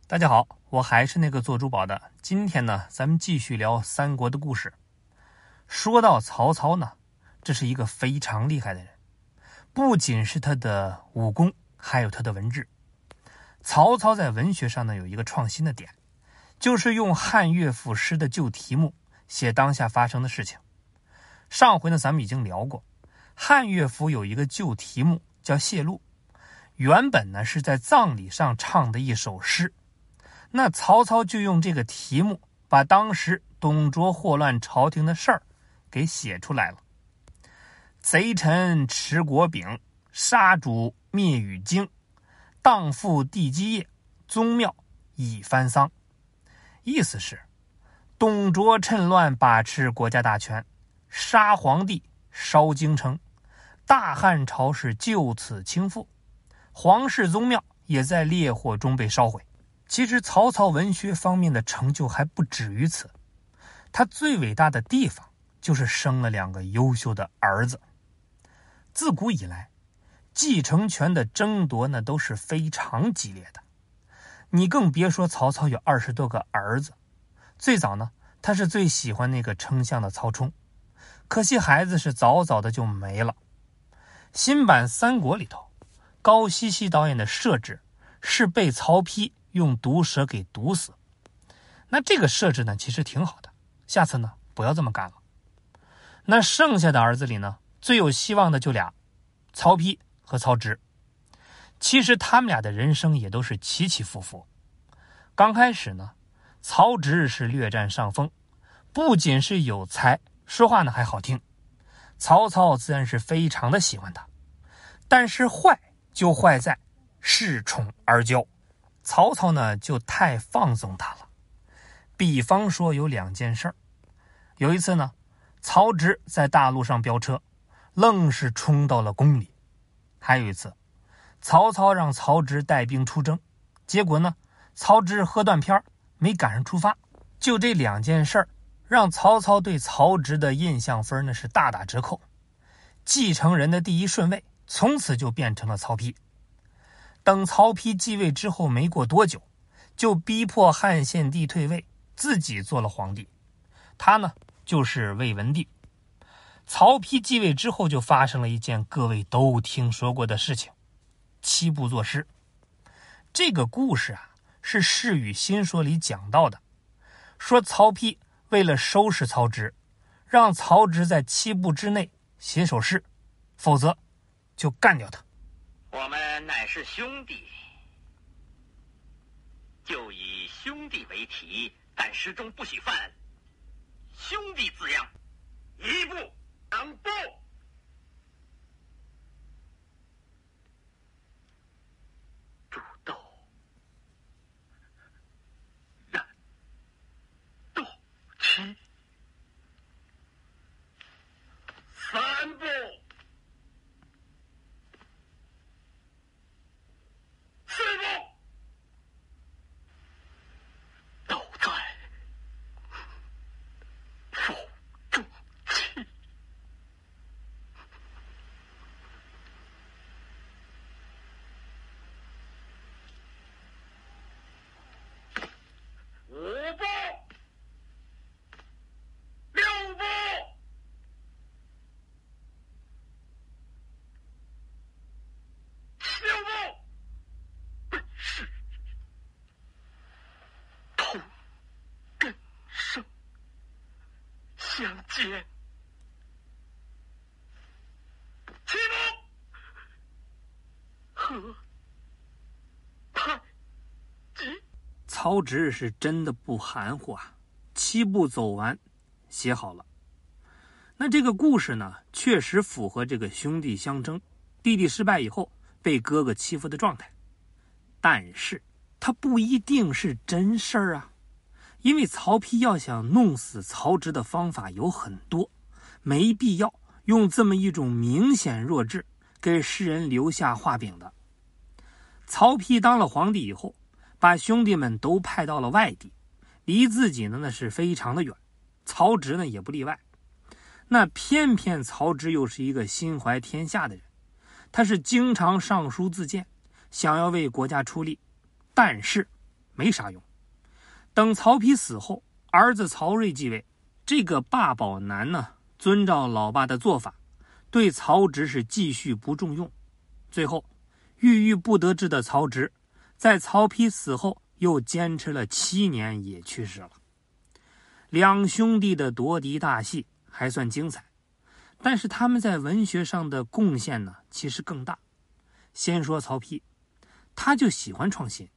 大家好，我还是那个做珠宝的。今天呢，咱们继续聊三国的故事。说到曹操呢，这是一个非常厉害的人，不仅是他的武功，还有他的文治。曹操在文学上呢有一个创新的点，就是用汉乐府诗的旧题目写当下发生的事情。上回呢咱们已经聊过，汉乐府有一个旧题目叫谢露，原本呢是在葬礼上唱的一首诗。那曹操就用这个题目把当时董卓祸乱朝廷的事儿给写出来了。贼臣持国柄，杀主灭羽京，荡妇地基业，宗庙已翻丧。意思是董卓趁乱把持国家大权，杀皇帝，烧京城，大汉朝是就此倾覆，皇室宗庙也在烈火中被烧毁。其实曹操文学方面的成就还不止于此，他最伟大的地方就是生了2个优秀的儿子。自古以来，继承权的争夺呢都是非常激烈的，你更别说曹操有20多个儿子。最早呢，他是最喜欢那个丞相的曹冲，可惜孩子是早早的就没了。新版三国里头，高希希导演的设置是被曹丕用毒蛇给毒死。那这个设置呢其实挺好的，下次呢不要这么干了。那剩下的儿子里呢，最有希望的就俩，曹丕和曹植。其实他们俩的人生也都是起起伏伏。刚开始呢，曹植是略占上风，不仅是有才，说话呢还好听，曹操自然是非常的喜欢他。但是坏就坏在恃宠而骄，曹操呢就太放纵他了。比方说有2件事儿。有一次呢，曹植在大路上飙车，愣是冲到了宫里。还有一次，曹操让曹植带兵出征，结果呢，曹植喝断片没赶上出发。就这2件事儿，让曹操对曹植的印象分呢是大打折扣。继承人的第1顺位从此就变成了曹丕。等曹丕继位之后没过多久，就逼迫汉献帝退位，自己做了皇帝。他呢就是魏文帝。曹丕继位之后就发生了一件各位都听说过的事情，七步作诗。这个故事啊是《世语新说》里讲到的，说曹丕为了收拾曹植，让曹植在7步之内写首诗，否则就干掉他。 我们乃是兄弟，就以兄弟为题，但诗中不许犯兄弟字样。1步2步，煮豆燃豆萁。3步4步，都在腹中泣。5步6步，6步，本是同根生，相见7步，和太极。 曹植是真的不含糊啊，7步走完，写好了。那这个故事呢，确实符合这个兄弟相争，弟弟失败以后被哥哥欺负的状态。但是它不一定是真事儿啊，因为曹丕要想弄死曹植的方法有很多，没必要用这么一种明显弱智给世人留下画饼的。曹丕当了皇帝以后，把兄弟们都派到了外地，离自己呢那是非常的远，曹植呢也不例外。那偏偏曹植又是一个心怀天下的人，他是经常上书自荐，想要为国家出力，但是没啥用。等曹丕死后，儿子曹睿继位，这个霸保男呢，遵照老爸的做法，对曹植是继续不重用。最后郁郁不得志的曹植在曹丕死后又坚持了7年也去世了。两兄弟的夺嫡大戏还算精彩，但是他们在文学上的贡献呢，其实更大。先说曹丕，他就喜欢创新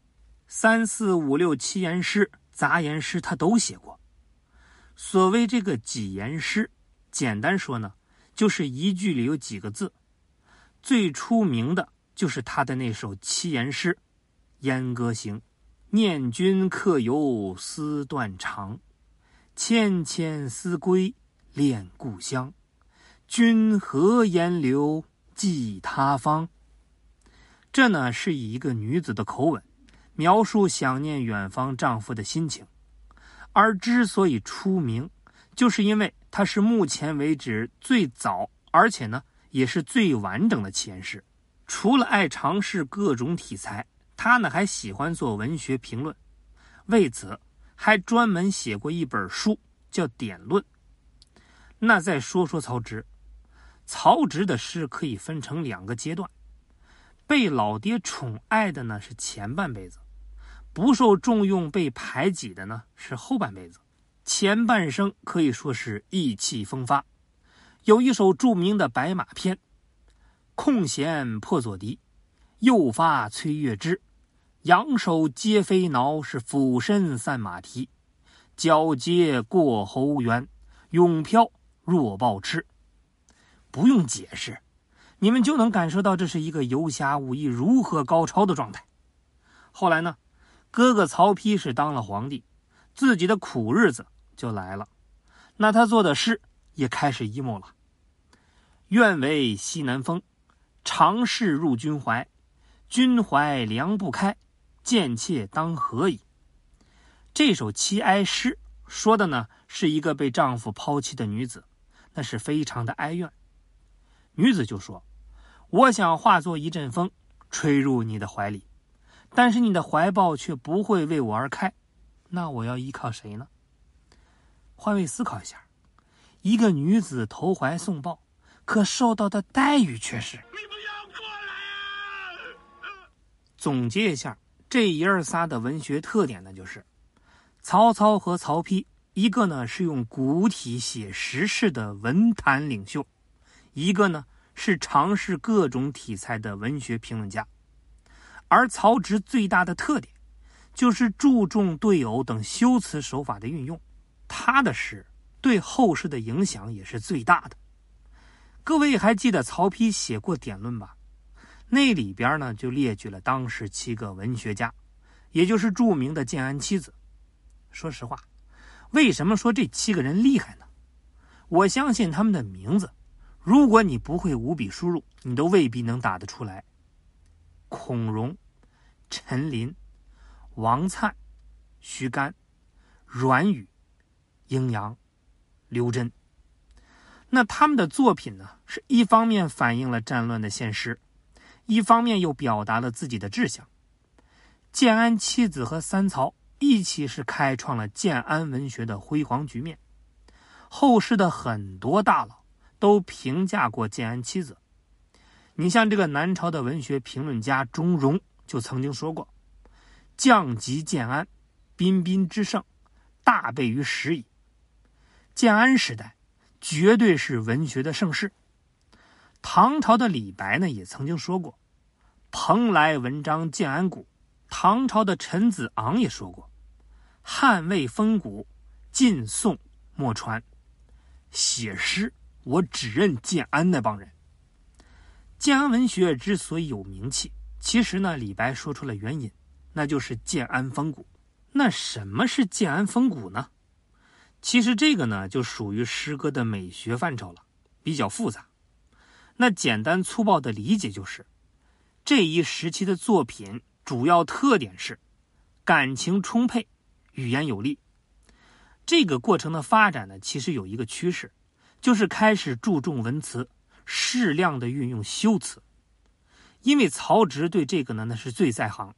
，3、4、5、6、7言诗、杂言诗他都写过。所谓这个几言诗，简单说呢，就是一句里有几个字。最出名的就是他的那首7言诗《燕歌行》：念君客游思断肠，纤纤思归恋故乡，君何言留寄他方。这呢是以一个女子的口吻描述想念远方丈夫的心情，而之所以出名，就是因为它是目前为止最早，而且呢也是最完整的7言诗。除了爱尝试各种题材，他呢还喜欢做文学评论，为此还专门写过一本书叫《典论》。那再说说曹植，曹植的诗可以分成2个阶段，被老爹宠爱的呢是前半辈子，不受重用被排挤的呢是后半辈子。前半生可以说是意气风发，有一首著名的白马篇：空弦破作笛，又发崔月枝，仰首皆飞挠，是俯身散马蹄，皎洁过侯园，永飘若豹痴。不用解释，你们就能感受到这是一个游侠武艺如何高超的状态。后来呢，哥哥曹丕是当了皇帝，自己的苦日子就来了，那他做的诗也开始 emo 了。愿为西南风，长逝入君怀，君怀凉不开，贱妾当何以。这首7哀诗说的呢是一个被丈夫抛弃的女子，那是非常的哀怨。女子就说：我想化作一阵风，吹入你的怀里，但是你的怀抱却不会为我而开，那我要依靠谁呢？换位思考一下，一个女子投怀送抱，可受到的待遇却是…… 你不要过来啊！ 总结一下这一二仨的文学特点呢，就是曹操和曹丕，一个呢是用古体写实式的文坛领袖，一个呢是尝试各种题材的文学评论家。而曹植最大的特点就是注重对偶等修辞手法的运用，他的诗对后世的影响也是最大的。各位还记得曹丕写过《典论》吧？那里边呢就列举了当时7个文学家，也就是著名的建安七子。说实话，为什么说这7个人厉害呢？我相信他们的名字，如果你不会五笔输入，你都未必能打得出来。孔融、陈琳、王粲、徐干、阮宇、英扬、刘桢。那他们的作品呢，是一方面反映了战乱的现实，一方面又表达了自己的志向。建安七子和三曹一起是开创了建安文学的辉煌局面。后世的很多大佬都评价过建安七子。你像这个南朝的文学评论家钟嵘就曾经说过：将及建安，彬彬之盛，大备于时矣。建安时代绝对是文学的盛世。唐朝的李白呢也曾经说过：蓬莱文章建安骨。唐朝的陈子昂也说过：汉魏风骨，晋宋莫传。写诗我只认建安那帮人。建安文学之所以有名气，其实呢李白说出了原因，那就是建安风骨。那什么是建安风骨呢？其实这个呢就属于诗歌的美学范畴了，比较复杂。那简单粗暴的理解就是，这一时期的作品主要特点是感情充沛，语言有力。这个过程的发展呢，其实有一个趋势，就是开始注重文辞，适量的运用修辞。因为曹植对这个呢那是最在行，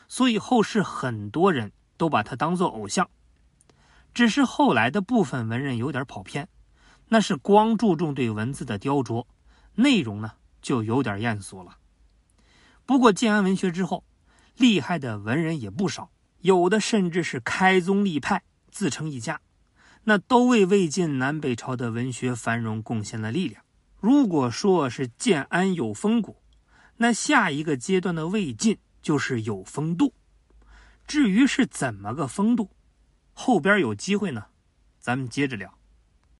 所以后世很多人都把他当作偶像。只是后来的部分文人有点跑偏，那是光注重对文字的雕琢，内容呢就有点艳俗了。不过建安文学之后，厉害的文人也不少，有的甚至是开宗立派，自成一家，那都为魏晋南北朝的文学繁荣贡献了力量。如果说是建安有风骨，那下一个阶段的魏晋就是有风度。至于是怎么个风度，后边有机会呢，咱们接着聊。